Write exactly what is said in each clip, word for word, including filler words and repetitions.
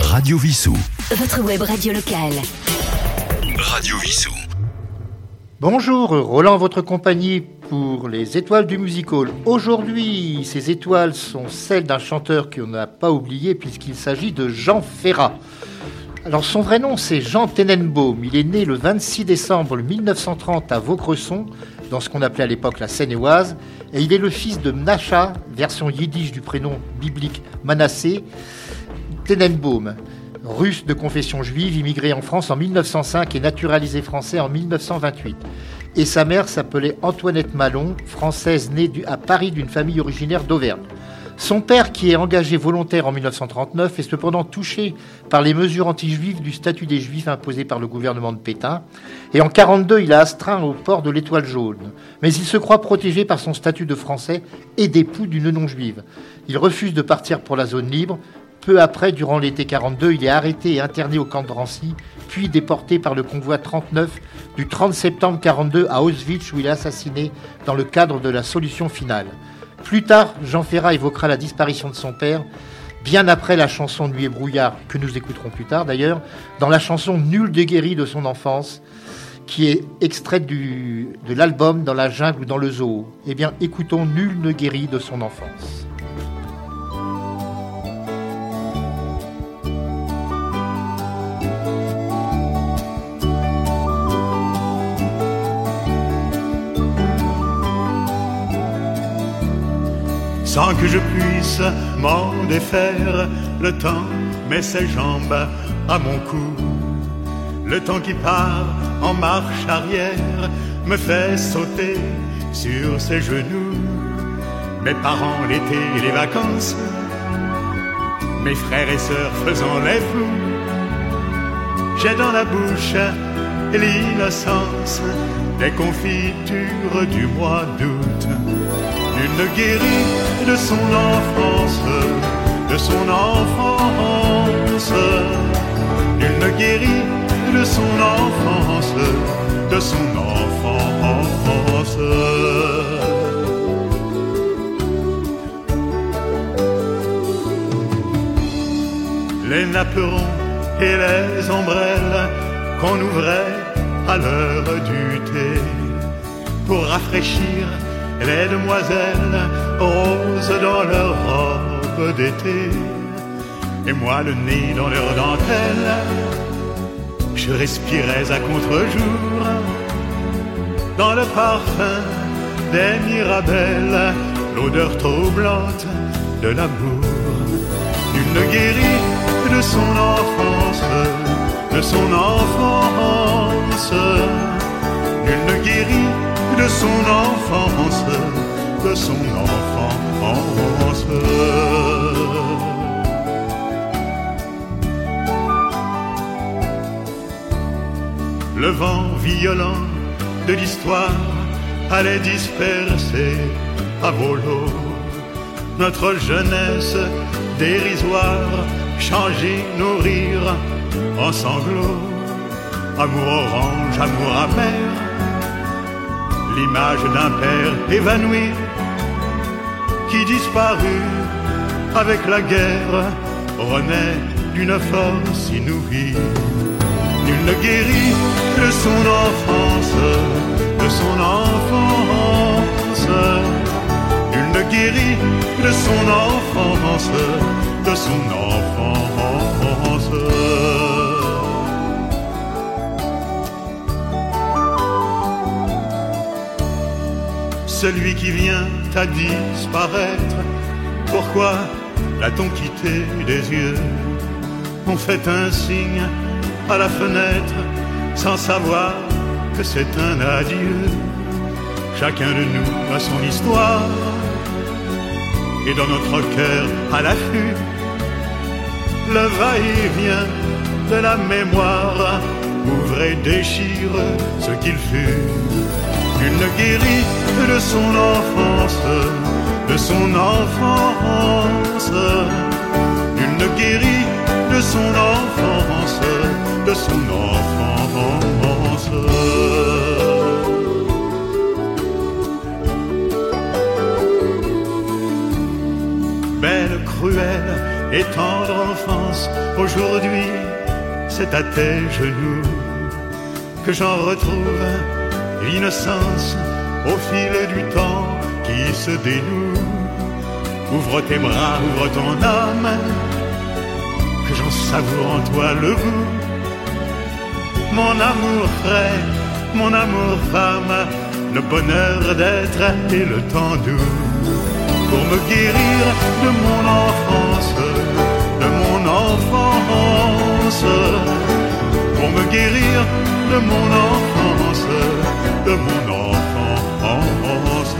Radio Vissou. Votre web radio locale. Radio Vissou. Bonjour, Roland, votre compagnie pour les étoiles du music hall. Aujourd'hui, ces étoiles sont celles d'un chanteur qu'on n'a pas oublié puisqu'il s'agit de Jean Ferrat. Alors son vrai nom c'est Jean Tenenbaum. Il est né le vingt-six décembre mille neuf cent trente à Vaucresson, dans ce qu'on appelait à l'époque la Seine-et-Oise, et il est le fils de Mnacha, version yiddish du prénom biblique Manassé, Tenenbaum, russe de confession juive, immigré en France en mille neuf cent cinq et naturalisé français en mille neuf cent vingt-huit. Et sa mère s'appelait Antoinette Malon, française née à Paris d'une famille originaire d'Auvergne. Son père, qui est engagé volontaire en mille neuf cent trente-neuf, est cependant touché par les mesures anti-juives du statut des Juifs imposé par le gouvernement de Pétain. Et en mille neuf cent quarante-deux, il a astreint au port de l'étoile jaune. Mais il se croit protégé par son statut de Français et d'époux d'une non-juive. Il refuse de partir pour la zone libre. Peu après, durant l'été quarante-deux, il est arrêté et interné au camp de Drancy, puis déporté par le convoi trente-neuf du trente septembre quarante-deux à Auschwitz, où il est assassiné dans le cadre de la solution finale. Plus tard, Jean Ferrat évoquera la disparition de son père, bien après la chanson Nuit et brouillard, que nous écouterons plus tard d'ailleurs, dans la chanson Nul ne guérit de son enfance, qui est extraite du, de l'album Dans la jungle ou dans le zoo. Eh bien, écoutons Nul ne guérit de son enfance. Sans que je puisse m'en défaire, le temps met ses jambes à mon cou. Le temps qui part en marche arrière me fait sauter sur ses genoux. Mes parents, l'été et les vacances, mes frères et sœurs faisant les fous. J'ai dans la bouche l'innocence des confitures du mois d'août. Nul ne guérit de son enfance, de son enfance. Nul ne guérit de son enfance, de son enfance. Les napperons et les ombrelles qu'on ouvrait à l'heure du thé pour rafraîchir les demoiselles roses dans leurs robes d'été, et moi le nez dans leurs dentelles, je respirais à contre-jour dans le parfum des mirabelles, l'odeur troublante de l'amour. Nul ne guérit de son enfance, de son enfance. Nul ne guérit de son enfance, de son enfance. Le vent violent de l'histoire allait disperser à volo notre jeunesse dérisoire, changer nos rires en sanglots. Amour orange, amour amer, l'image d'un père évanoui qui disparut avec la guerre renaît d'une force inouïe. Nul ne guérit de son enfance, de son enfance. Nul ne guérit de son enfance, de son enfance. Celui qui vient à disparaître, pourquoi l'a-t-on quitté des yeux? On fait un signe à la fenêtre sans savoir que c'est un adieu. Chacun de nous a son histoire et dans notre cœur à l'affût, le va-et-vient de la mémoire ouvre et déchire ce qu'il fut. Nul ne guérit de son enfance, de son enfance. Nul ne guérit de son enfance, de son enfance. Belle, cruelle et tendre enfance, pense aujourd'hui, c'est à tes genoux que j'en retrouve l'innocence au fil du temps qui se dénoue. Ouvre tes bras, ouvre ton âme, que j'en savoure en toi le goût. Mon amour frère, mon amour femme, le bonheur d'être et le temps doux. Pour me guérir de mon enfance, de mon enfance. Pour me guérir de mon enfance, de mon enfance.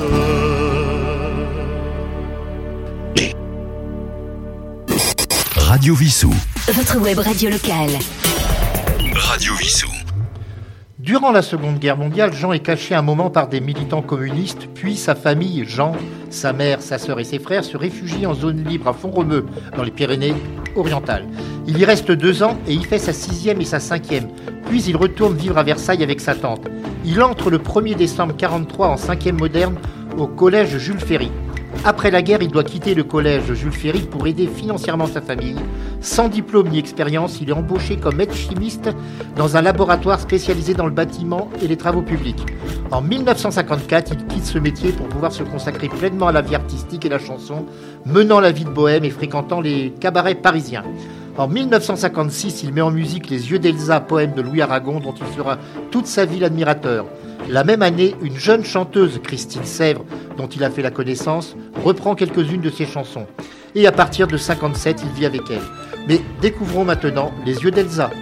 Radio Vissou. Votre web radio locale. Radio Vissou. Durant la Seconde Guerre mondiale, Jean est caché un moment par des militants communistes, puis sa famille, Jean, sa mère, sa sœur et ses frères se réfugient en zone libre à Font-Romeu, dans les Pyrénées-Orientales. Il y reste deux ans et y fait sa sixième et sa cinquième, puis il retourne vivre à Versailles avec sa tante. Il entre le premier décembre quarante-trois en cinquième moderne au collège Jules Ferry. Après la guerre, il doit quitter le collège Jules Ferry pour aider financièrement sa famille. Sans diplôme ni expérience, il est embauché comme aide-chimiste dans un laboratoire spécialisé dans le bâtiment et les travaux publics. En dix-neuf cent cinquante-quatre, il quitte ce métier pour pouvoir se consacrer pleinement à la vie artistique et la chanson, menant la vie de bohème et fréquentant les cabarets parisiens. En dix-neuf cent cinquante-six, il met en musique Les Yeux d'Elsa, poème de Louis Aragon, dont il sera toute sa vie l'admirateur. La même année, une jeune chanteuse, Christine Sèvres, dont il a fait la connaissance, reprend quelques-unes de ses chansons. Et à partir de cinquante-sept, il vit avec elle. Mais découvrons maintenant Les Yeux d'Elsa.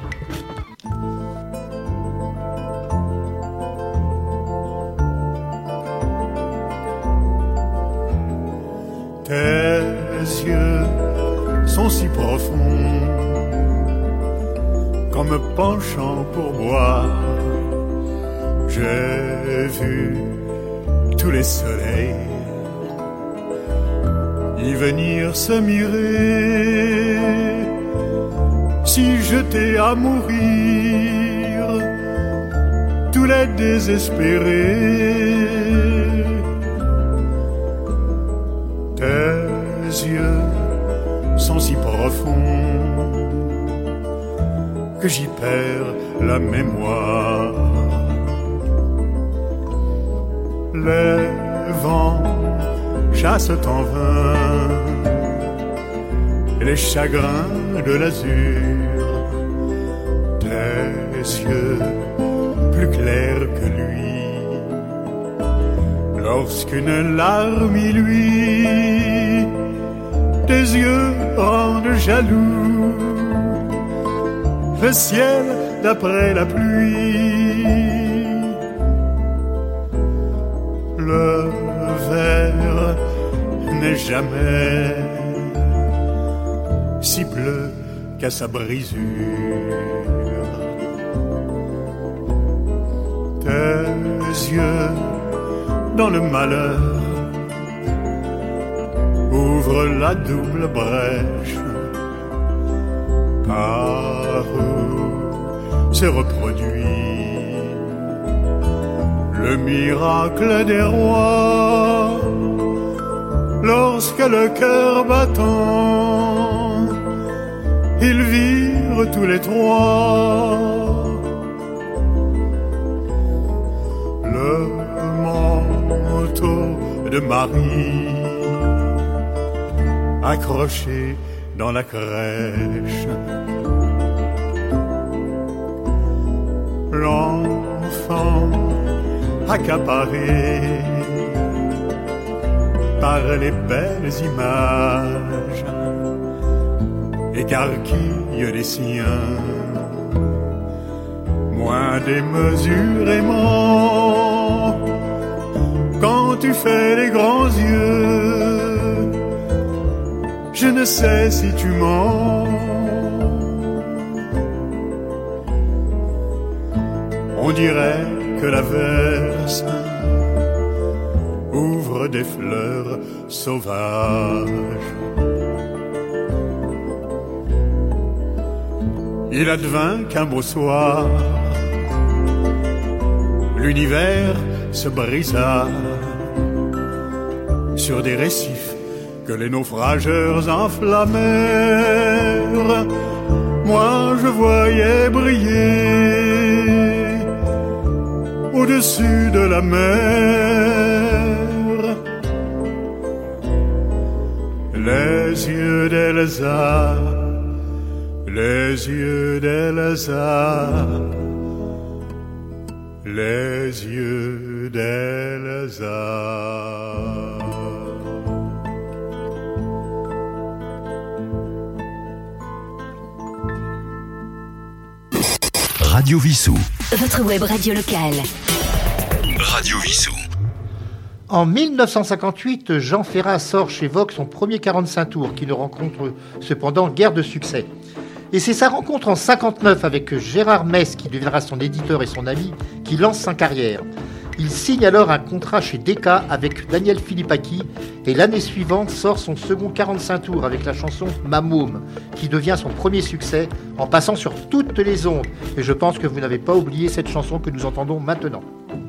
Tes yeux sont si profonds qu'en me penchant pour boire, j'ai vu tous les soleils y venir se mirer. Si jetés à mourir, tous les désespérés, tes yeux sont si profonds que j'y perds la mémoire. Les vents chassent en vain les chagrins de l'azur. Tes yeux plus clairs que lui, lorsqu'une larme y luit, tes yeux rendent jaloux le ciel d'après la pluie. Le verre n'est jamais si bleu qu'à sa brisure. Tes yeux dans le malheur ouvrent la double brèche par où se reproduit le miracle des rois. Lorsque le cœur battant, ils virent tous les trois le manteau de Marie accroché dans la crèche. L'enfant accaparé par les belles images, écarquille des siens, moins démesurément. Quand tu fais les grands yeux, je ne sais si tu mens. On dirait que l'averse ouvre des fleurs sauvages. Il advint qu'un beau soir, l'univers se brisa sur des récifs que les naufrageurs enflammèrent, moi je voyais briller au-dessus de la mer les yeux d'Elsa, les yeux d'Elsa, les yeux d'Elsa. Radio Vissou. Votre web radio locale. Radio Vissou. En mille neuf cent cinquante-huit, Jean Ferrat sort chez Vox son premier quarante-cinq tours, qui ne rencontre cependant guère de succès. Et c'est sa rencontre en cinquante-neuf avec Gérard Mess, qui deviendra son éditeur et son ami, qui lance sa carrière. Il signe alors un contrat chez Decca avec Daniel Philippaki, et l'année suivante sort son second quarante-cinq tours avec la chanson Ma Môme, qui devient son premier succès en passant sur toutes les ondes. Et je pense que vous n'avez pas oublié cette chanson que nous entendons maintenant.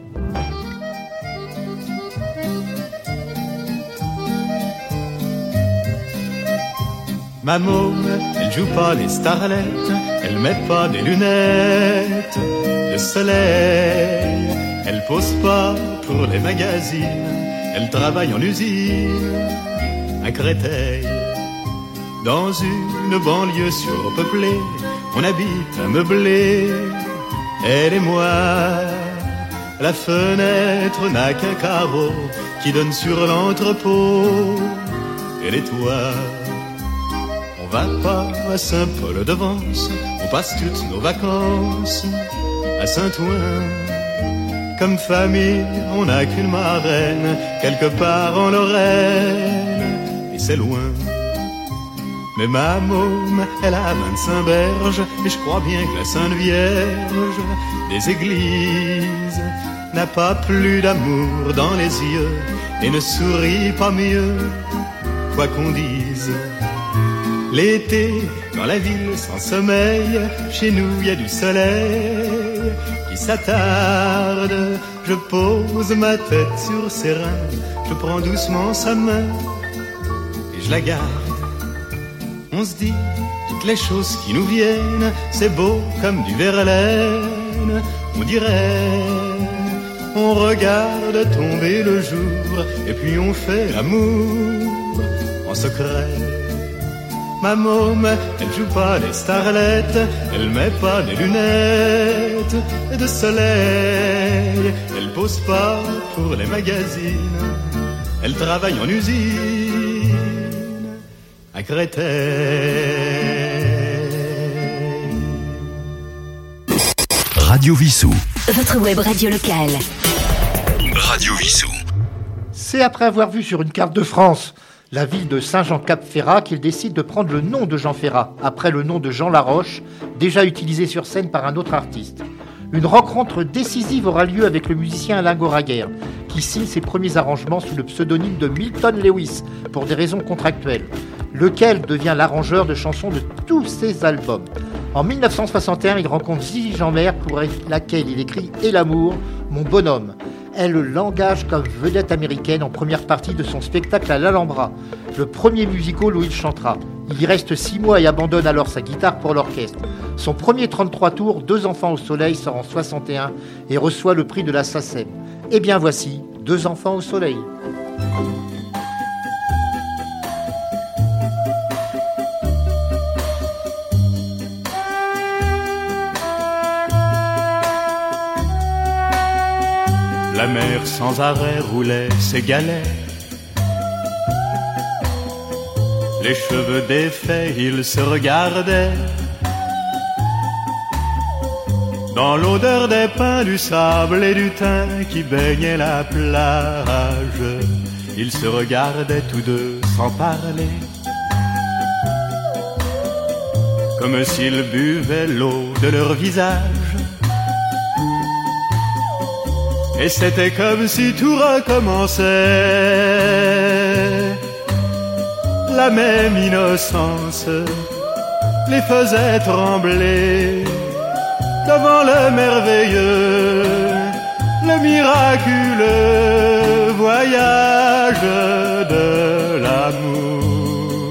Ma môme, elle joue pas les starlettes, elle met pas des lunettes de soleil, elle pose pas pour les magazines, elle travaille en usine à Créteil. Dans une banlieue surpeuplée, on habite un meublé, elle et moi. La fenêtre n'a qu'un carreau qui donne sur l'entrepôt et les toits. On va pas à Saint-Paul-de-Vence, on passe toutes nos vacances à Saint-Ouen. Comme famille, on n'a qu'une marraine, quelque part en Lorraine, et c'est loin. Mais ma môme, elle a vingt-cinq berges, et je crois bien que la Sainte Vierge des églises n'a pas plus d'amour dans les yeux, et ne sourit pas mieux, quoi qu'on dise. L'été, dans la ville sans sommeil, chez nous y a du soleil qui s'attarde. Je pose ma tête sur ses reins, je prends doucement sa main et je la garde. On se dit toutes les choses qui nous viennent, c'est beau comme du Verlaine. On dirait, on regarde tomber le jour et puis on fait l'amour en secret. Ma môme, elle joue pas les starlettes, elle met pas des lunettes de soleil, elle pose pas pour les magazines, elle travaille en usine à Créteil. Radio Vissou. Votre web radio locale. Radio Vissou. C'est après avoir vu sur une carte de France la ville de Saint-Jean-Cap-Ferrat qu'il décide de prendre le nom de Jean Ferrat, après le nom de Jean Laroche, déjà utilisé sur scène par un autre artiste. Une rencontre décisive aura lieu avec le musicien Alain Goraguer, qui signe ses premiers arrangements sous le pseudonyme de Milton Lewis, pour des raisons contractuelles, lequel devient l'arrangeur de chansons de tous ses albums. En mille neuf cent soixante et un, il rencontre Zizi Jeanmaire, pour laquelle il écrit « Et l'amour, mon bonhomme ». Elle l'engage comme vedette américaine en première partie de son spectacle à l'Alhambra, le premier musical où il chantera. Il y reste six mois et abandonne alors sa guitare pour l'orchestre. Son premier trente-trois tours, Deux enfants au soleil, sort en soixante et un et reçoit le prix de la SACEM. Et bien voici Deux enfants au soleil. La mer sans arrêt roulait ses galets. Les cheveux défaits, ils se regardaient. Dans l'odeur des pins, du sable et du thym qui baignait la plage, ils se regardaient tous deux sans parler, comme s'ils buvaient l'eau de leur visage. Et c'était comme si tout recommençait, la même innocence les faisait trembler devant le merveilleux, le miraculeux voyage de la l'amour.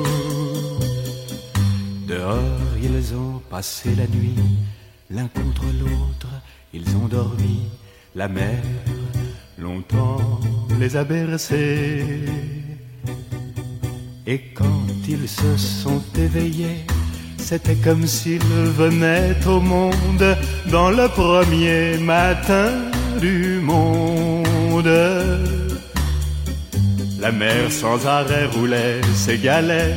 Dehors, ils ont passé la nuit, l'un contre l'autre, ils ont dormi. La mer, longtemps, les a bercés. Et quand ils se sont éveillés, c'était comme s'ils venaient au monde dans le premier matin du monde. La mer sans arrêt roulait ses galets.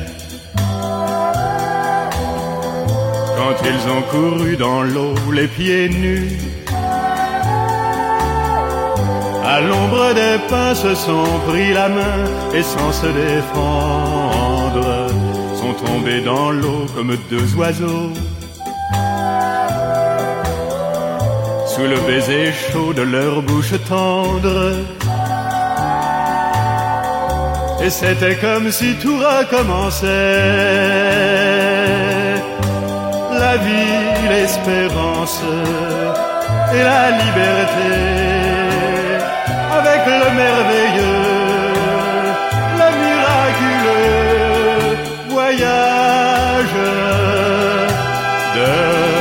Quand ils ont couru dans l'eau les pieds nus, à l'ombre des pins se sont pris la main et sans se défendre sont tombés dans l'eau comme deux oiseaux. Sous le baiser chaud de leur bouche tendre. Et c'était comme si tout recommençait. La vie, l'espérance et la liberté. Avec le merveilleux, le miraculeux voyage de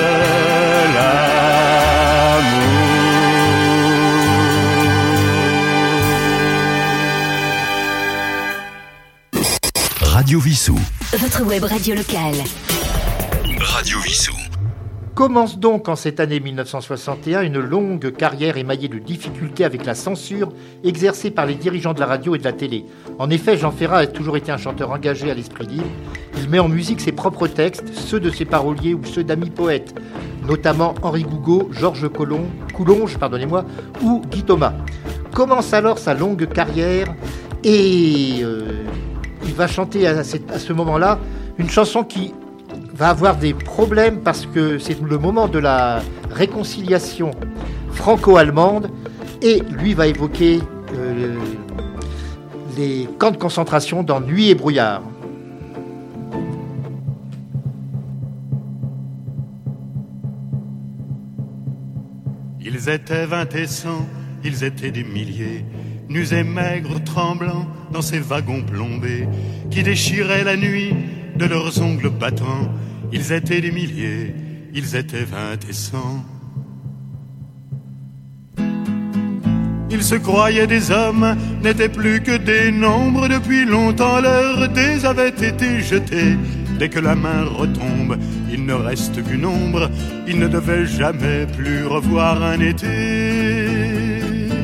l'amour. Radio Vissou. Votre web radio locale. Radio Vissou. Commence donc en cette année mille neuf cent soixante et un une longue carrière émaillée de difficultés avec la censure exercée par les dirigeants de la radio et de la télé. En effet, Jean Ferrat a toujours été un chanteur engagé à l'esprit libre. Il met en musique ses propres textes, ceux de ses paroliers ou ceux d'amis poètes, notamment Henri Gougaud, Georges Coulonge, Coulonge, pardonnez-moi, ou Guy Thomas. Commence alors sa longue carrière et euh, il va chanter à, cette, à ce moment-là une chanson qui va avoir des problèmes parce que c'est le moment de la réconciliation franco-allemande et lui va évoquer euh, les camps de concentration dans Nuit et brouillard. Ils étaient vingt et cent, ils étaient des milliers, nus et maigres, tremblants dans ces wagons plombés qui déchiraient la nuit de leurs ongles battants. Ils étaient des milliers, ils étaient vingt et cent. Ils se croyaient des hommes, n'étaient plus que des nombres. Depuis longtemps leurs dés avaient été jetés. Dès que la main retombe, il ne reste qu'une ombre. Ils ne devaient jamais plus revoir un été.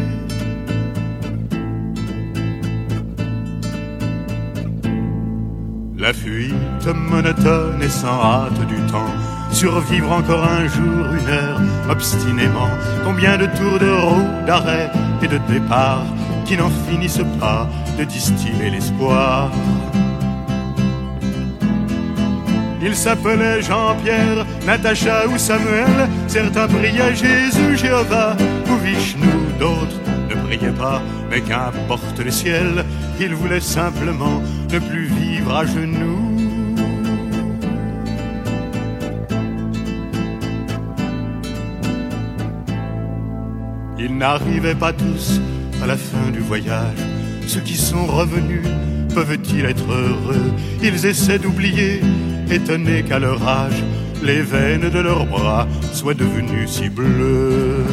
La fuite monotone et sans hâte du temps, survivre encore un jour, une heure, obstinément. Combien de tours de roue, d'arrêt et de départ qui n'en finissent pas de distiller l'espoir. Ils s'appelaient Jean-Pierre, Natacha ou Samuel. Certains priaient Jésus, Jéhovah ou Vishnu, d'autres ne priaient pas, mais qu'importe le ciel, ils voulaient simplement ne plus vivre à genoux. Ils n'arrivaient pas tous à la fin du voyage. Ceux qui sont revenus, peuvent-ils être heureux? Ils essaient d'oublier, étonnés qu'à leur âge, les veines de leurs bras soient devenues si bleues.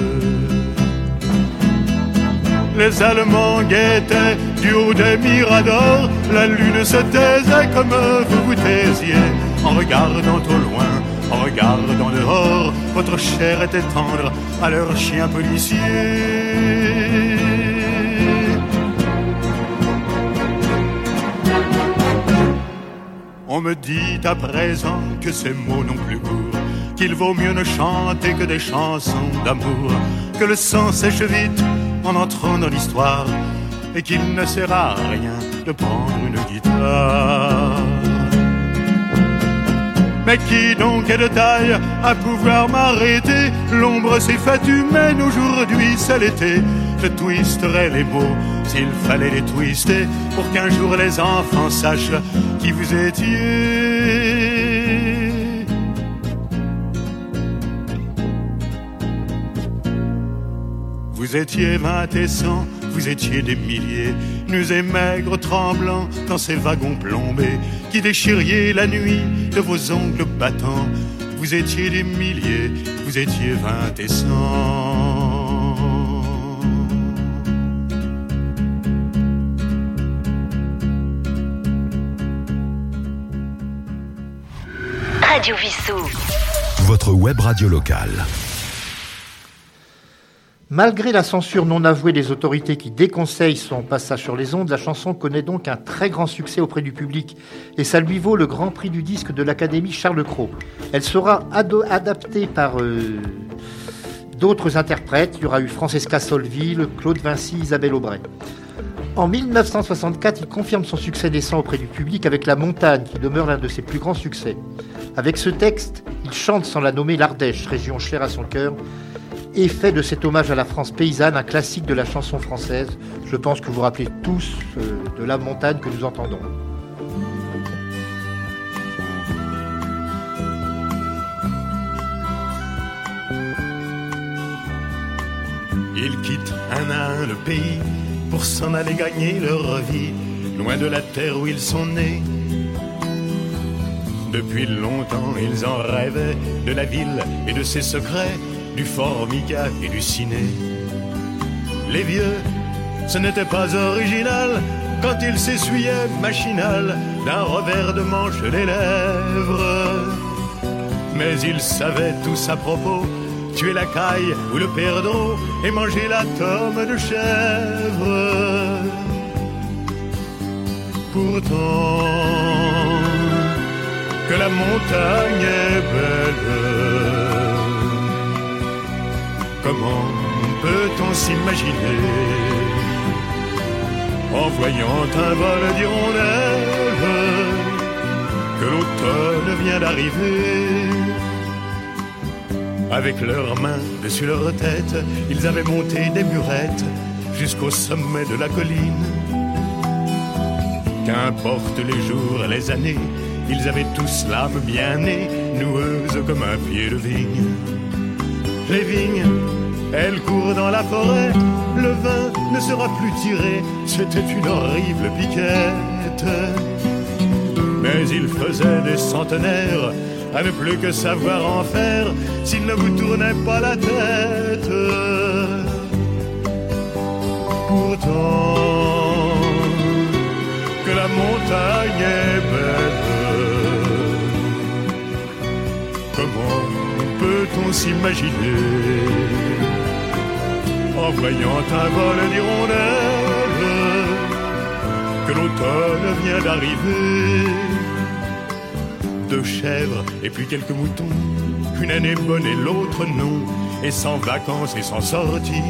Les Allemands guettaient du haut des miradors. La lune se taisait comme vous vous taisiez. En regardant au loin, en regardant dehors, votre chair était tendre à leurs chiens policiers. On me dit à présent que ces mots n'ont plus goût, qu'il vaut mieux ne chanter que des chansons d'amour, que le sang sèche vite en entrant dans l'histoire, et qu'il ne sert à rien de prendre une guitare. Mais qui donc est de taille à pouvoir m'arrêter? L'ombre s'est faite humaine aujourd'hui, c'est l'été. Je twisterai les mots s'il fallait les twister, pour qu'un jour les enfants sachent qui vous étiez. Vous étiez vingt et cent, vous étiez des milliers, nus et maigres, tremblants dans ces wagons plombés, qui déchiriez la nuit de vos ongles battants. Vous étiez des milliers, vous étiez vingt et cent. Radio Vissou. Votre web radio locale. Malgré la censure non avouée des autorités qui déconseillent son passage sur les ondes, la chanson connaît donc un très grand succès auprès du public et ça lui vaut le grand prix du disque de l'Académie Charles Cros. Elle sera ado- adaptée par euh, d'autres interprètes. Il y aura eu Francesca Solville, Claude Vinci, Isabelle Aubray. En dix-neuf cent soixante-quatre, il confirme son succès naissant auprès du public avec La Montagne, qui demeure l'un de ses plus grands succès. Avec ce texte, il chante sans la nommer l'Ardèche, région chère à son cœur, et fait de cet hommage à la France paysanne un classique de la chanson française. Je pense que vous vous rappelez tous euh, de La Montagne que nous entendons. Ils quittent un à un le pays pour s'en aller gagner leur vie, loin de la terre où ils sont nés. Depuis longtemps, ils en rêvaient de la ville et de ses secrets, du formica et du ciné. Les vieux, ce n'était pas original quand ils s'essuyaient machinal d'un revers de manche les lèvres. Mais ils savaient tous à propos tuer la caille ou le perdreau et manger la tome de chèvre. Pourtant, que la montagne est belle, comment peut-on s'imaginer, en voyant un vol d'hirondelles, que l'automne vient d'arriver? Avec leurs mains dessus leur tête, ils avaient monté des murettes jusqu'au sommet de la colline. Qu'importe les jours, les années, ils avaient tous l'âme bien née, noueuse comme un pied de vigne. Les vignes, elles courent dans la forêt, le vin ne sera plus tiré, c'était une horrible piquette. Mais il faisait des centenaires à ne plus que savoir en faire s'il ne vous tournait pas la tête. Pourtant, que la montagne est belle, comment peut-on s'imaginer, en voyant un vol d'hirondelles, que l'automne vient d'arriver? Deux chèvres et puis quelques moutons, une année bonne et l'autre non, et sans vacances et sans sortie.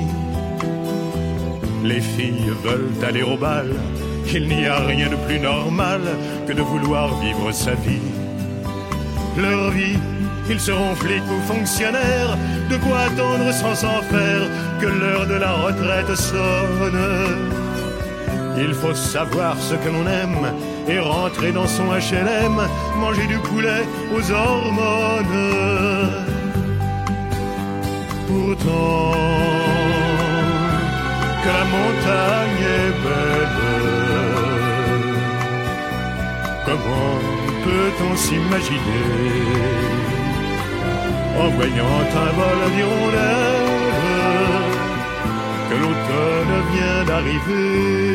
Les filles veulent aller au bal, il n'y a rien de plus normal que de vouloir vivre sa vie. Leur vie, ils seront flics ou fonctionnaires, de quoi attendre sans s'en faire que l'heure de la retraite sonne. Il faut savoir ce que l'on aime et rentrer dans son H L M, manger du poulet aux hormones. Pourtant, que la montagne est belle, comment peut-on s'imaginer, en voyant un vol d'hirondelles, que l'automne vient d'arriver?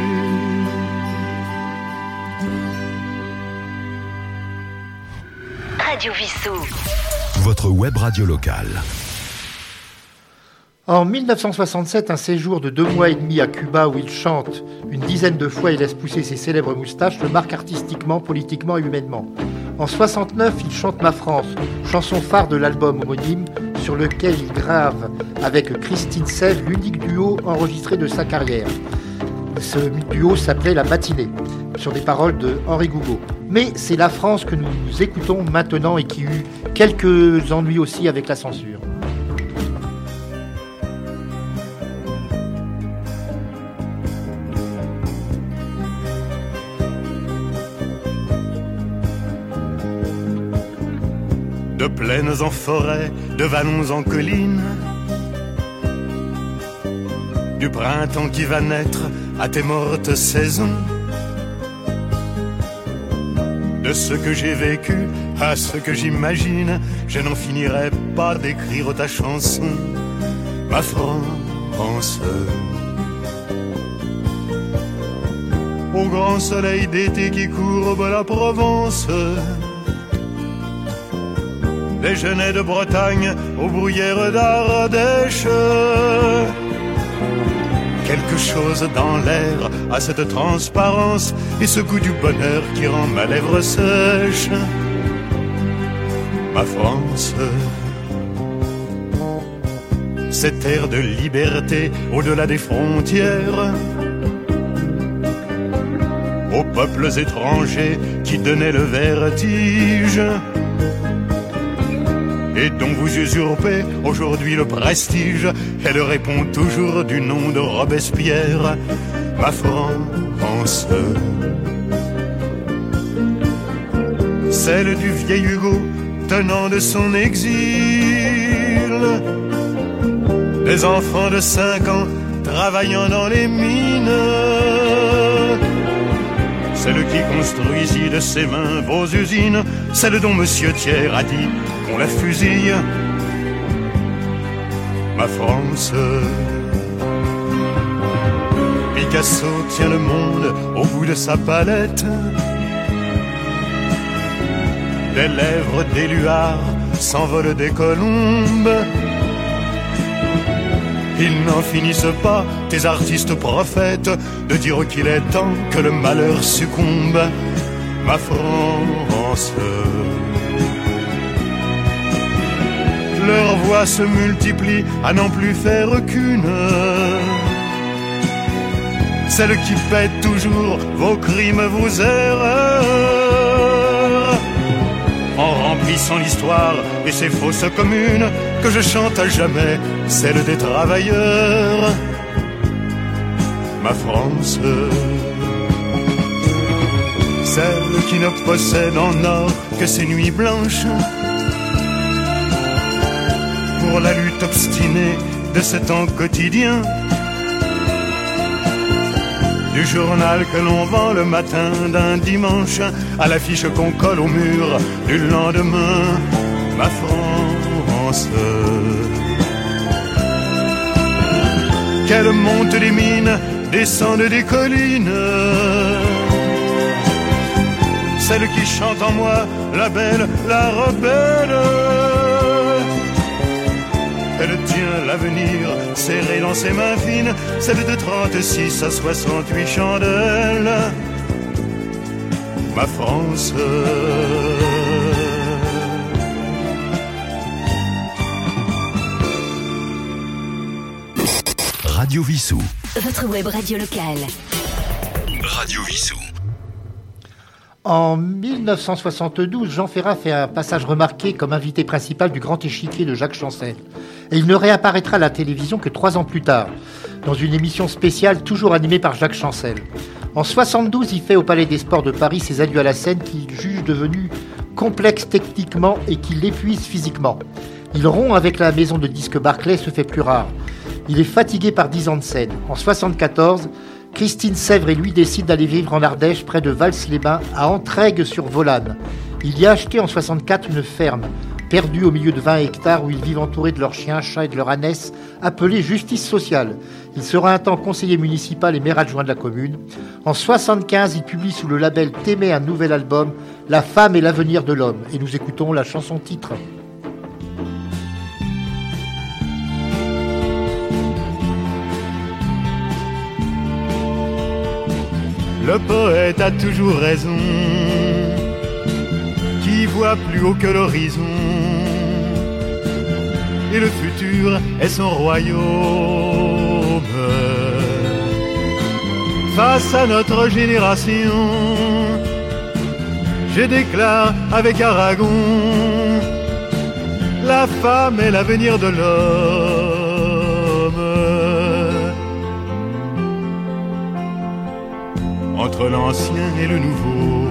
Radio Vissou. Votre web radio locale. En dix-neuf cent soixante-sept, un séjour de deux mois et demi à Cuba où il chante une dizaine de fois et laisse pousser ses célèbres moustaches le marque artistiquement, politiquement et humainement. En soixante-neuf, il chante Ma France, chanson phare de l'album homonyme sur lequel il grave avec Christine Sèvres l'unique duo enregistré de sa carrière. Ce duo s'appelait La Matinée, sur des paroles de Henri Gougaud. Mais c'est la France que nous écoutons maintenant et qui eut quelques ennuis aussi avec la censure. De plaines en forêt, de vallons en collines, du printemps qui va naître à tes mortes saisons. De ce que j'ai vécu à ce que j'imagine, je n'en finirai pas d'écrire ta chanson, ma France. Au grand soleil d'été qui courbe la Provence, des genêts de Bretagne aux bruyères d'Ardèche. Quelque chose dans l'air a cette transparence et ce goût du bonheur qui rend ma lèvre sèche. Ma France, cette air de liberté au-delà des frontières, aux peuples étrangers qui donnaient le vertige et dont vous usurpez aujourd'hui le prestige. Elle répond toujours du nom de Robespierre, ma France. Celle du vieil Hugo tenant de son exil, des enfants de cinq ans travaillant dans les mines, celle qui construisit de ses mains vos usines, celle dont Monsieur Thiers a dit qu'on la fusille, ma France. Picasso tient le monde au bout de sa palette, des lèvres d'éluard s'envolent des colombes. Ils n'en finissent pas, tes artistes prophètes, de dire qu'il est temps que le malheur succombe, ma France. Leurs voix se multiplient à n'en plus faire qu'une, celle qui pète toujours vos crimes, vos erreurs, en remplissant l'histoire et ses fausses communes, que je chante à jamais, celle des travailleurs, ma France. Celle qui ne possède en or que ses nuits blanches, pour la lutte obstinée de ce temps quotidien, du journal que l'on vend le matin d'un dimanche à l'affiche qu'on colle au mur du lendemain, ma France. Qu'elle monte des mines, descende des collines, celle qui chante en moi, la belle, la rebelle. Elle tient l'avenir serré dans ses mains fines, celle de trente-six à soixante-huit chandelles, ma France. Radio Vissou. Votre web radio locale. Radio Vissou. En mille neuf cent soixante-douze, Jean Ferrat fait un passage remarqué comme invité principal du Grand Échiquier de Jacques Chancel. Et il ne réapparaîtra à la télévision que trois ans plus tard, dans une émission spéciale toujours animée par Jacques Chancel. En soixante-douze, il fait au Palais des Sports de Paris ses adieux à la scène qu'il juge devenus complexes techniquement et qui l'épuisent physiquement. Il rompt avec la maison de disques Barclay et se fait plus rare. Il est fatigué par dix ans de scène. En soixante-quatorze, Christine Sèvres et lui décident d'aller vivre en Ardèche, près de Vals-les-Bains, à Entraigues-sur-Volane. Il y a acheté en soixante-quatre une ferme, perdue au milieu de vingt hectares, où ils vivent entourés de leurs chiens, chats et de leur ânesse, appelée Justice Sociale. Il sera un temps conseiller municipal et maire adjoint de la commune. En soixante-quinze, il publie sous le label Témé un nouvel album, La femme et l'avenir de l'homme. Et nous écoutons la chanson titre. Le poète a toujours raison, qui voit plus haut que l'horizon, et le futur est son royaume. Face à notre génération, je déclare avec Aragon, la femme est l'avenir de l'homme. Entre l'ancien et le nouveau,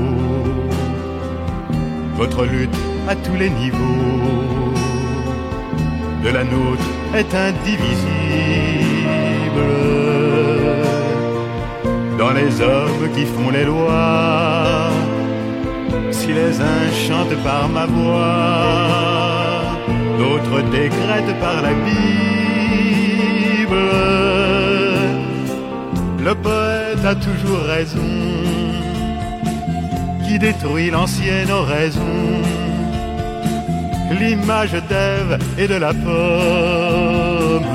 votre lutte à tous les niveaux de la nôtre est indivisible. dans les hommes qui font les lois. Si les uns chantent par ma voix, d'autres décrètent par la Bible. Le poète a toujours raison, qui détruit l'ancienne oraison, l'image d'Ève et de la pomme.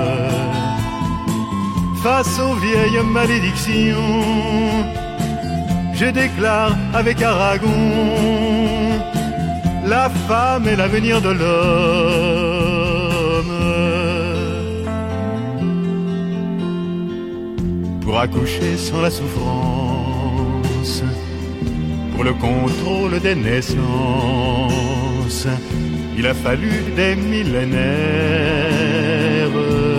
Face aux vieilles malédictions, je déclare avec Aragon, la femme est l'avenir de l'homme. Pour accoucher sans la souffrance, pour le contrôle des naissances, il a fallu des millénaires.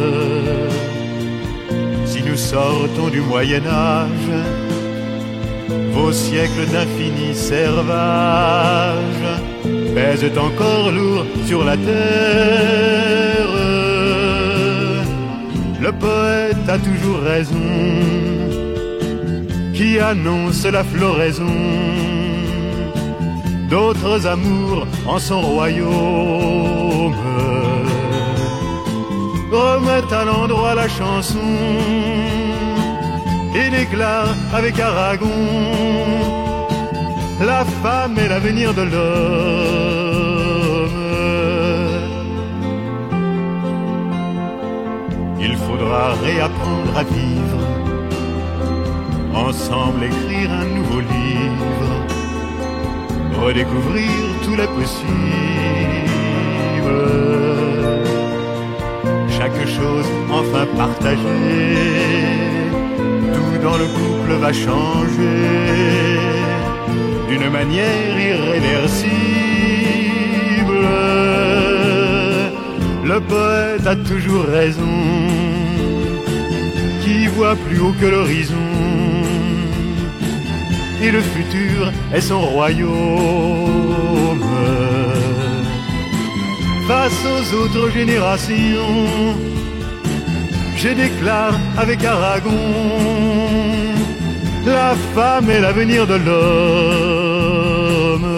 Si nous sortons du Moyen-Âge, vos siècles d'infini servage pèsent encore lourd sur la terre. Le poète a toujours raison, qui annonce la floraison d'autres amours en son royaume. Remettent à l'endroit la chanson et déclare avec Aragon, la femme est l'avenir de l'homme. Il faudra réapprendre à vivre, ensemble écrire un nouveau livre, redécouvrir tous les possibles. Chaque chose enfin partagée, tout dans le couple va changer d'une manière irréversible. Le poète a toujours raison, qui voit plus haut que l'horizon, et le futur est son royaume. Face aux autres générations, je déclare avec Aragon, la femme est l'avenir de l'homme.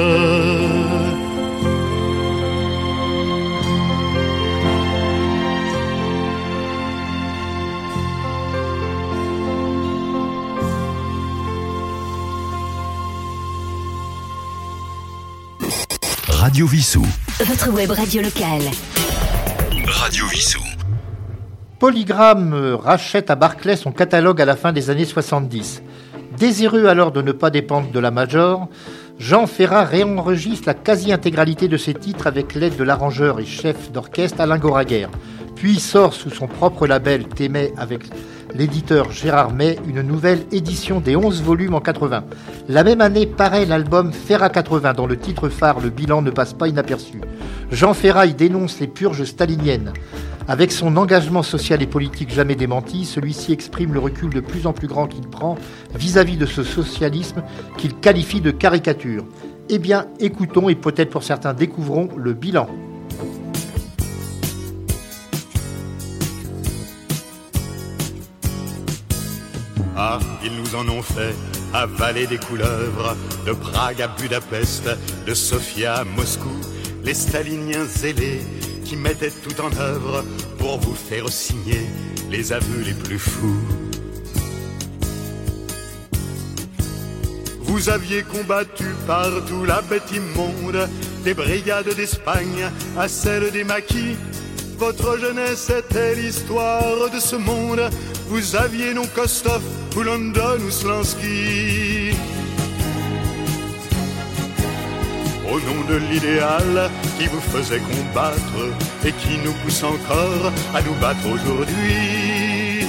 Radio Vissou. Votre web radio locale. Radio Vissou. Polygram rachète à Barclay son catalogue à la fin des années soixante-dix. Désireux alors de ne pas dépendre de la major, Jean Ferrat réenregistre la quasi-intégralité de ses titres avec l'aide de l'arrangeur et chef d'orchestre Alain Goraguer. Puis sort sous son propre label Témet avec l'éditeur Gérard May une nouvelle édition des onze volumes en quatre-vingts. La même année paraît l'album Ferrat quatre-vingts dont le titre phare Le bilan ne passe pas inaperçu. Jean Ferrat y dénonce les purges staliniennes. Avec son engagement social et politique jamais démenti, celui-ci exprime le recul de plus en plus grand qu'il prend vis-à-vis de ce socialisme qu'il qualifie de caricature. Eh bien, écoutons et peut-être pour certains découvrons le bilan. Ah, ils nous en ont fait avaler des couleuvres, de Prague à Budapest, de Sofia à Moscou, les staliniens zélés qui mettaient tout en œuvre pour vous faire signer les aveux les plus fous. Vous aviez combattu partout la bête immonde, des brigades d'Espagne à celles des maquis. Votre jeunesse était l'histoire de ce monde. Vous aviez non Kostov ou London ou Slansky. Au nom de l'idéal qui vous faisait combattre et qui nous pousse encore à nous battre aujourd'hui.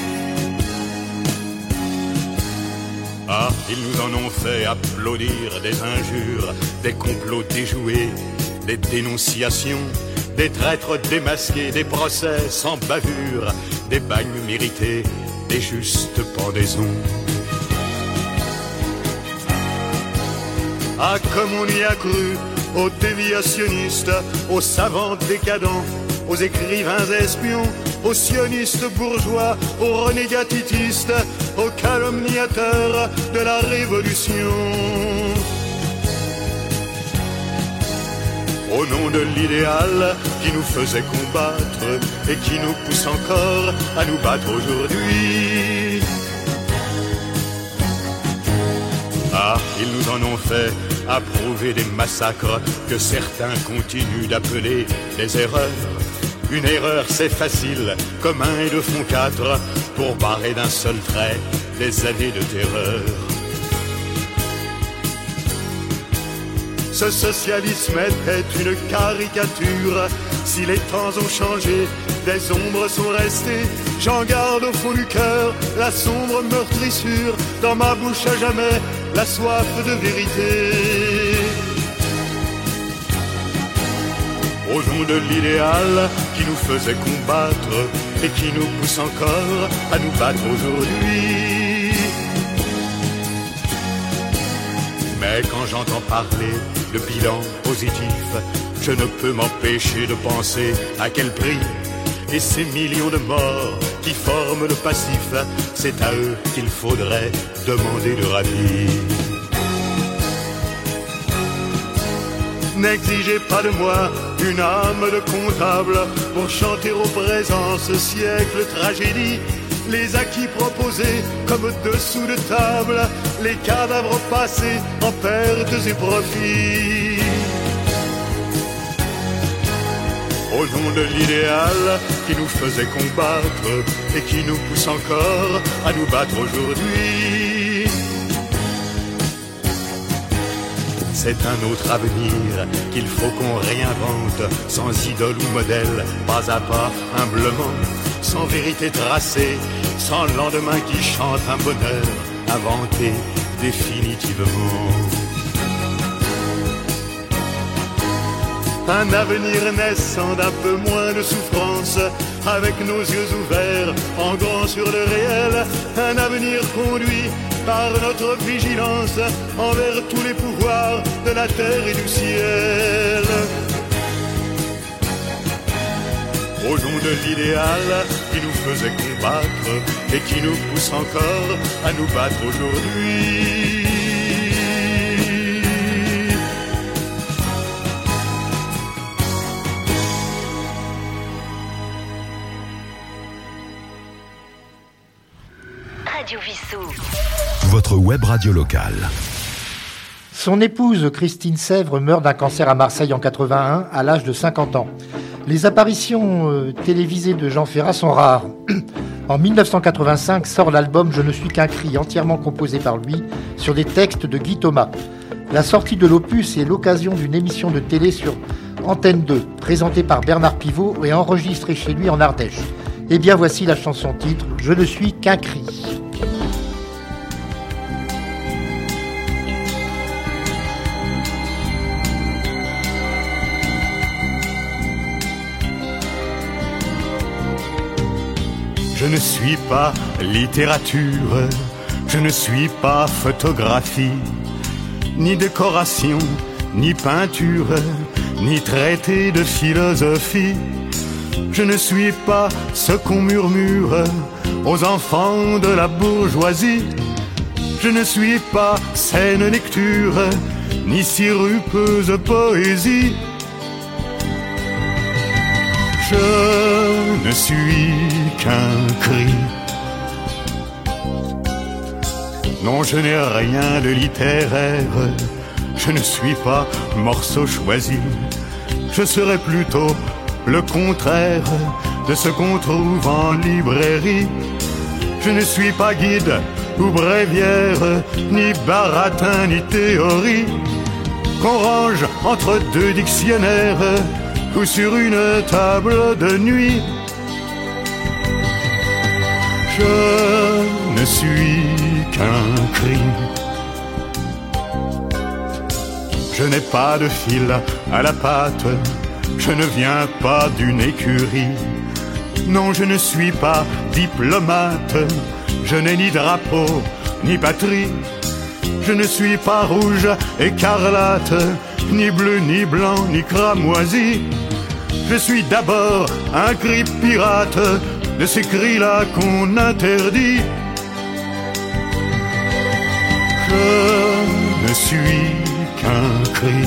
Ah, ils nous en ont fait applaudir des injures, des complots déjoués, des dénonciations, des traîtres démasqués, des procès sans bavure, des bagnes mérités, des justes pendaisons. Ah, comme on y a cru, aux déviationnistes, aux savants décadents, aux écrivains espions, aux sionistes bourgeois, aux renégats titistes, aux calomniateurs de la Révolution. Au nom de l'idéal qui nous faisait combattre et qui nous pousse encore à nous battre aujourd'hui. Ah, ils nous en ont fait approuver des massacres que certains continuent d'appeler des erreurs. Une erreur c'est facile, comme un et deux font quatre, pour barrer d'un seul trait des années de terreur. Ce socialisme était une caricature. Si les temps ont changé, des ombres sont restées. J'en garde au fond du cœur la sombre meurtrissure. Dans ma bouche à jamais, la soif de vérité. Au nom de l'idéal qui nous faisait combattre et qui nous pousse encore à nous battre aujourd'hui. Mais quand j'entends parler de bilan positif, je ne peux m'empêcher de penser à quel prix. Et ces millions de morts qui forment le passif, c'est à eux qu'il faudrait demander le rallye. N'exigez pas de moi une âme de comptable pour chanter au présent ce siècle tragédie. Les acquis proposés comme dessous de table, les cadavres passés en pertes et profits. Au nom de l'idéal qui nous faisait combattre et qui nous pousse encore à nous battre aujourd'hui. C'est un autre avenir qu'il faut qu'on réinvente, sans idole ou modèle, pas à pas, humblement, sans vérité tracée, sans lendemain qui chante un bonheur inventé définitivement. Un avenir naissant d'un peu moins de souffrance, avec nos yeux ouverts en grand sur le réel. Un avenir conduit par notre vigilance envers tous les pouvoirs de la terre et du ciel. Au nom de l'idéal qui nous faisait combattre et qui nous pousse encore à nous battre aujourd'hui. Radio Vissou. Votre web radio locale. Son épouse, Christine Sèvres, meurt d'un cancer à Marseille en quatre-vingt-un, à l'âge de cinquante ans. Les apparitions euh, télévisées de Jean Ferrat sont rares. En mille neuf cent quatre-vingt-cinq sort l'album « Je ne suis qu'un cri », entièrement composé par lui, sur des textes de Guy Thomas. La sortie de l'opus est l'occasion d'une émission de télé sur Antenne deux, présentée par Bernard Pivot et enregistrée chez lui en Ardèche. Et bien voici la chanson titre « Je ne suis qu'un cri ». Je ne suis pas littérature, je ne suis pas photographie, ni décoration, ni peinture, ni traité de philosophie. Je ne suis pas ce qu'on murmure aux enfants de la bourgeoisie. Je ne suis pas saine lecture, ni sirupeuse poésie. Je ne suis qu'un cri. Non, je n'ai rien de littéraire. Je ne suis pas morceau choisi. Je serais plutôt le contraire de ce qu'on trouve en librairie. Je ne suis pas guide ou bréviaire, ni baratin, ni théorie qu'on range entre deux dictionnaires ou sur une table de nuit. Je ne suis qu'un cri. Je n'ai pas de fil à la patte, je ne viens pas d'une écurie. Non, je ne suis pas diplomate, je n'ai ni drapeau, ni patrie. Je ne suis pas rouge, écarlate, ni bleu, ni blanc, ni cramoisi. Je suis d'abord un cri pirate de ces cris-là qu'on interdit. Je ne suis qu'un cri.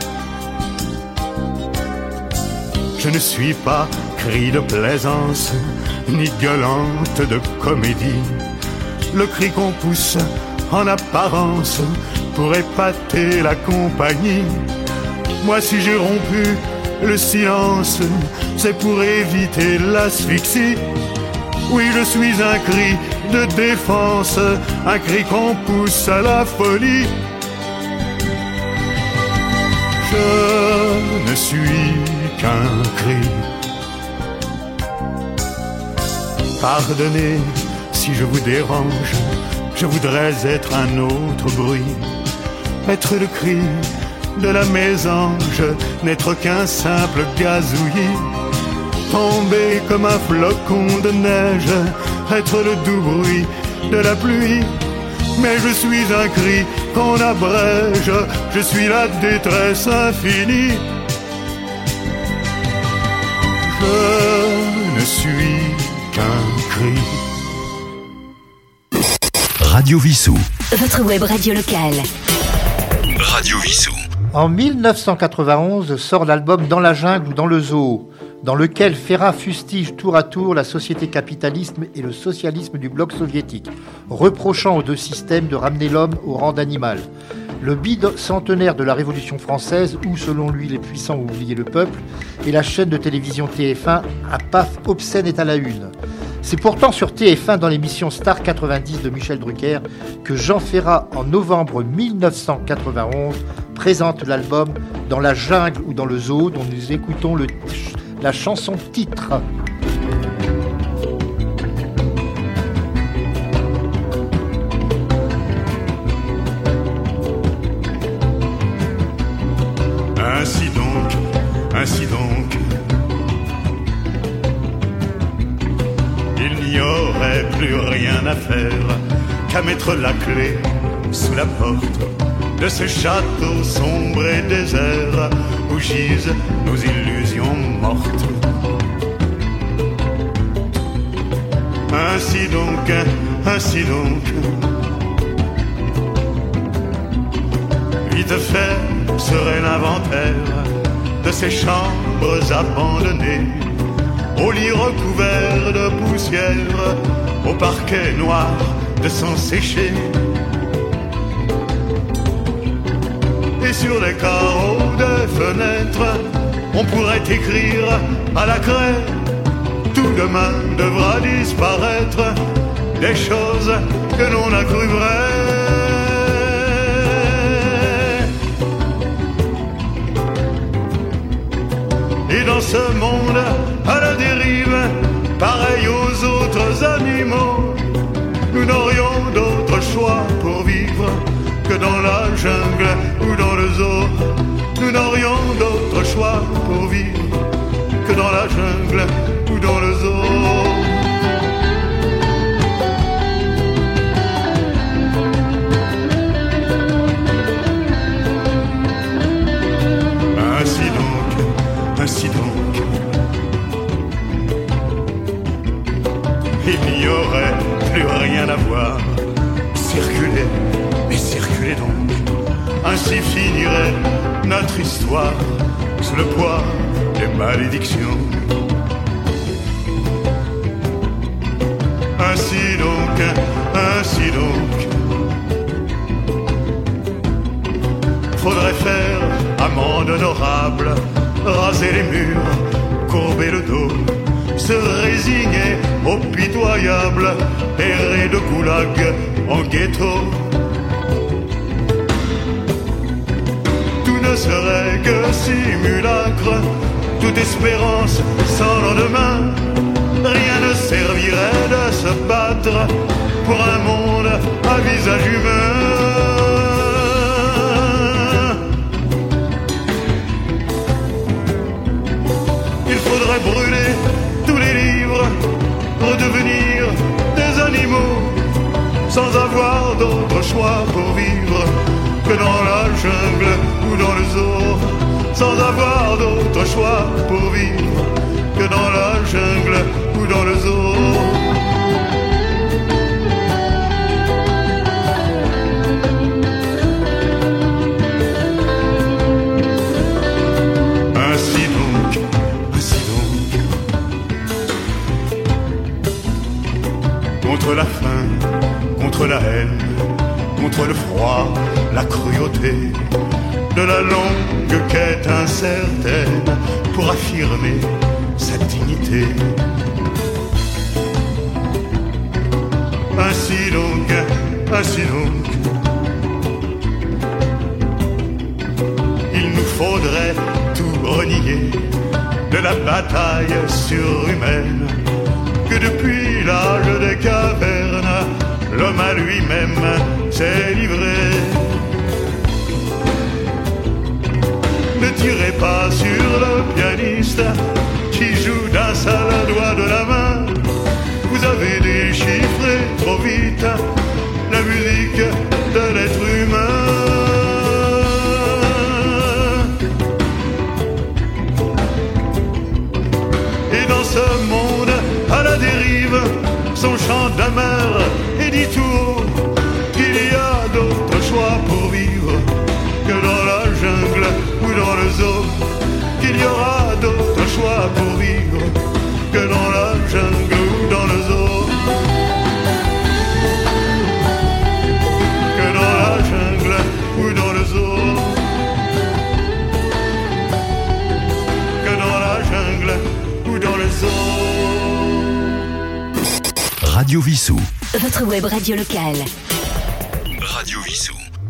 Je ne suis pas cri de plaisance, ni gueulante de comédie. Le cri qu'on pousse en apparence pour épater la compagnie. Moi, si j'ai rompu le silence, c'est pour éviter l'asphyxie. Oui, je suis un cri de défense, un cri qu'on pousse à la folie. Je ne suis qu'un cri. Pardonnez si je vous dérange, je voudrais être un autre bruit, être le cri de la mésange, n'être qu'un simple gazouillis, tomber comme un flocon de neige, être le doux bruit de la pluie. Mais je suis un cri qu'on abrège, je suis la détresse infinie. Je ne suis qu'un cri. Radio Vissou. Votre web radio locale. Radio Vissou. En mille neuf cent quatre-vingt-onze sort l'album Dans la jungle ou dans le zoo, dans lequel Ferrat fustige tour à tour la société capitaliste et le socialisme du bloc soviétique, reprochant aux deux systèmes de ramener l'homme au rang d'animal. Le bicentenaire de la Révolution française, où selon lui les puissants ont oublié le peuple, et la chaîne de télévision T F un, un paf obscène est à la une. C'est pourtant sur T F un, dans l'émission Star quatre-vingt-dix de Michel Drucker, que Jean Ferrat, en novembre mille neuf cent quatre-vingt-onze, présente l'album Dans la jungle ou dans le zoo, dont nous écoutons le, la chanson titre. Ainsi donc, ainsi donc, il n'y aurait plus rien à faire qu'à mettre la clé sous la porte de ce château sombre et désert où gisent nos illusions mortes. Ainsi donc, ainsi donc, vite fait serait l'inventaire de ces chambres abandonnées, aux lits recouverts de poussière, au parquet noir de sang séché. Et sur les carreaux des fenêtres, on pourrait écrire à la craie: tout demain devra disparaître, des choses que l'on a cru vraies. Et dans ce monde à la dérive, pareil aux autres animaux, nous n'aurions d'autre choix pour vivre que dans la jungle ou dans le zoo. Nous n'aurions d'autre choix pour vivre que dans la jungle ou dans le zoo. Ainsi donc, ainsi donc, il n'y aurait plus rien à voir. Circulez, mais circulez donc. Ainsi finirait notre histoire sous le poids des malédictions. Ainsi donc, ainsi donc, faudrait faire amende honorable, raser les murs, courber le dos, se résigner au pitoyable, errer de goulag en ghetto. Tout ne serait que simulacre, toute espérance sans lendemain. Rien ne servirait de se battre pour un monde à visage humain. Il faudrait brûler tous les livres, redevenir des animaux, sans avoir d'autre choix pour vivre que dans la jungle ou dans le zoo, sans avoir d'autre choix pour vivre que dans la jungle ou dans le zoo. contre la faim, contre la haine, contre le froid, la cruauté de la longue quête incertaine pour affirmer sa dignité. Ainsi donc, ainsi donc, il nous faudrait tout renier de la bataille surhumaine que depuis l'âge des cavernes, l'homme à lui-même s'est livré. Ne tirez pas sur le pianiste qui joue d'un seul doigt de la main. Vous avez déchiffré trop vite la musique de l'être humain. Et dans ce monde à la dérive, son chant demeure et dit tout haut qu'il y a d'autres choix pour vivre que dans la jungle ou dans le zoo, qu'il y aura d'autres choix pour vivre que dans la jungle ou dans le zoo, que dans la jungle ou dans le zoo, que dans la jungle ou dans le zoo. Radio Vissou. Votre web radio locale. Radio Vissou.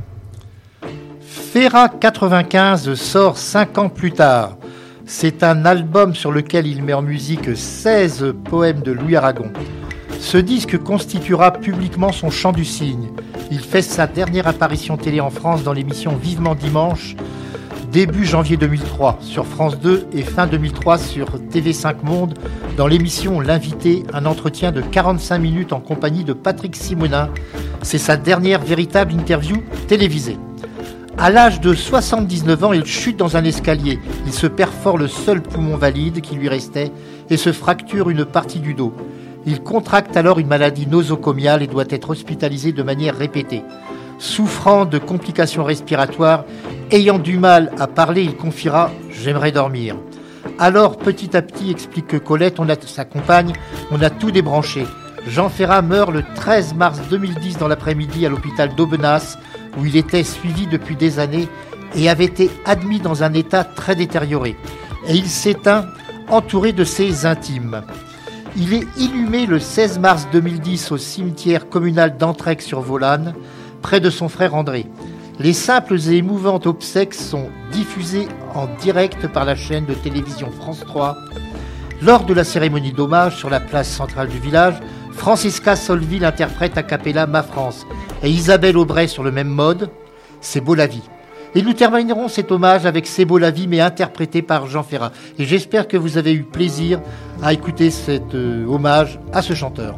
Ferrat quatre-vingt-quinze sort cinq ans plus tard. C'est un album sur lequel il met en musique seize poèmes de Louis Aragon. Ce disque constituera publiquement son chant du cygne. Il fait sa dernière apparition télé en France dans l'émission Vivement Dimanche, début janvier deux mille trois sur France deux et fin deux mille trois sur T V cinq Monde, dans l'émission L'invité, un entretien de quarante-cinq minutes en compagnie de Patrick Simonin. C'est sa dernière véritable interview télévisée. À l'âge de soixante-dix-neuf ans, il chute dans un escalier. Il se perfore le seul poumon valide qui lui restait et se fracture une partie du dos. Il contracte alors une maladie nosocomiale et doit être hospitalisé de manière répétée. Souffrant de complications respiratoires, ayant du mal à parler, il confiera « J'aimerais dormir ». Alors, petit à petit, explique Colette, on a, sa compagne, on a tout débranché. Jean Ferrat meurt le treize mars deux mille dix dans l'après-midi à l'hôpital d'Aubenas, où il était suivi depuis des années et avait été admis dans un état très détérioré. Et il s'éteint entouré de ses intimes. Il est inhumé le seize mars deux mille dix au cimetière communal d'Entraigue-sur-Volane, près de son frère André. Les simples et émouvantes obsèques sont diffusées en direct par la chaîne de télévision France trois. Lors de la cérémonie d'hommage sur la place centrale du village, Francisca Solville interprète a cappella Ma France et Isabelle Aubray sur le même mode, C'est beau la vie. Et nous terminerons cet hommage avec C'est beau la vie, mais interprété par Jean Ferrat. Et j'espère que vous avez eu plaisir à écouter cet euh, hommage à ce chanteur.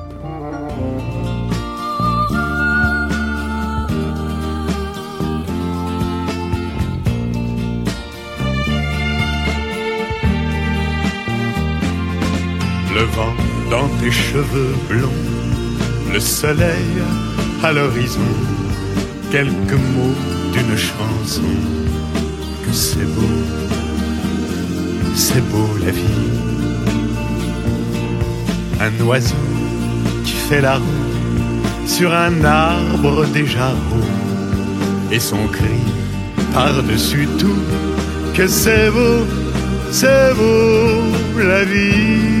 Le vent dans tes cheveux blonds, le soleil à l'horizon, quelques mots d'une chanson, que c'est beau, c'est beau la vie. Un oiseau qui fait la roue sur un arbre déjà roux, et son cri par-dessus tout, que c'est beau, c'est beau la vie.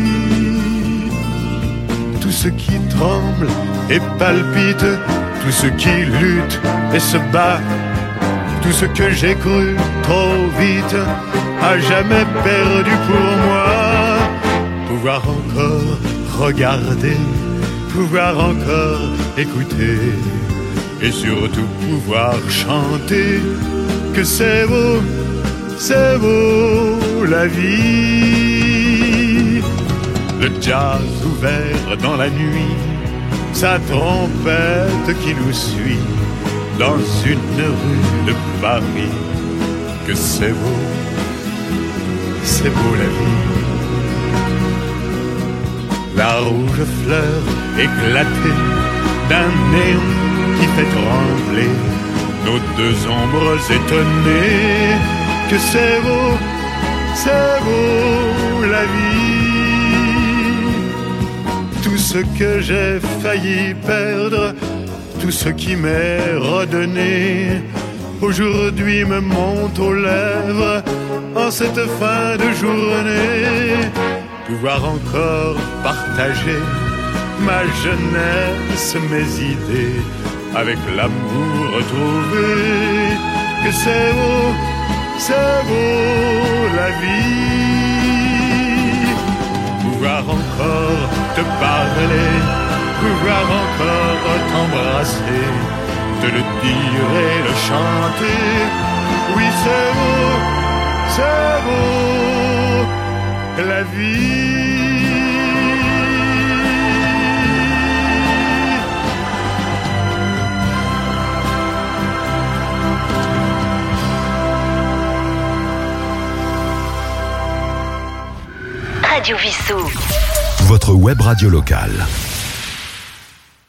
Tout ce qui tremble et palpite, tout ce qui lutte et se bat, tout ce que j'ai cru trop vite, à jamais perdu pour moi. Pouvoir encore regarder, pouvoir encore écouter, et surtout pouvoir chanter, que c'est beau, c'est beau la vie. Le jazz ouvert dans la nuit, sa trompette qui nous suit dans une rue de Paris, que c'est beau, c'est beau la vie. La rouge fleur éclatée d'un néon qui fait trembler nos deux ombres étonnées, que c'est beau, c'est beau la vie. Tout ce ce que j'ai failli perdre, tout ce qui m'est redonné, aujourd'hui me monte aux lèvres en cette fin de journée. Pouvoir encore partager ma jeunesse, mes idées, avec l'amour retrouvé. Que c'est beau, c'est beau la vie. Pouvoir encore te parler, pouvoir encore t'embrasser, te le dire et le chanter. Oui, c'est beau, c'est beau la vie. Radio Vissou. Votre web radio locale.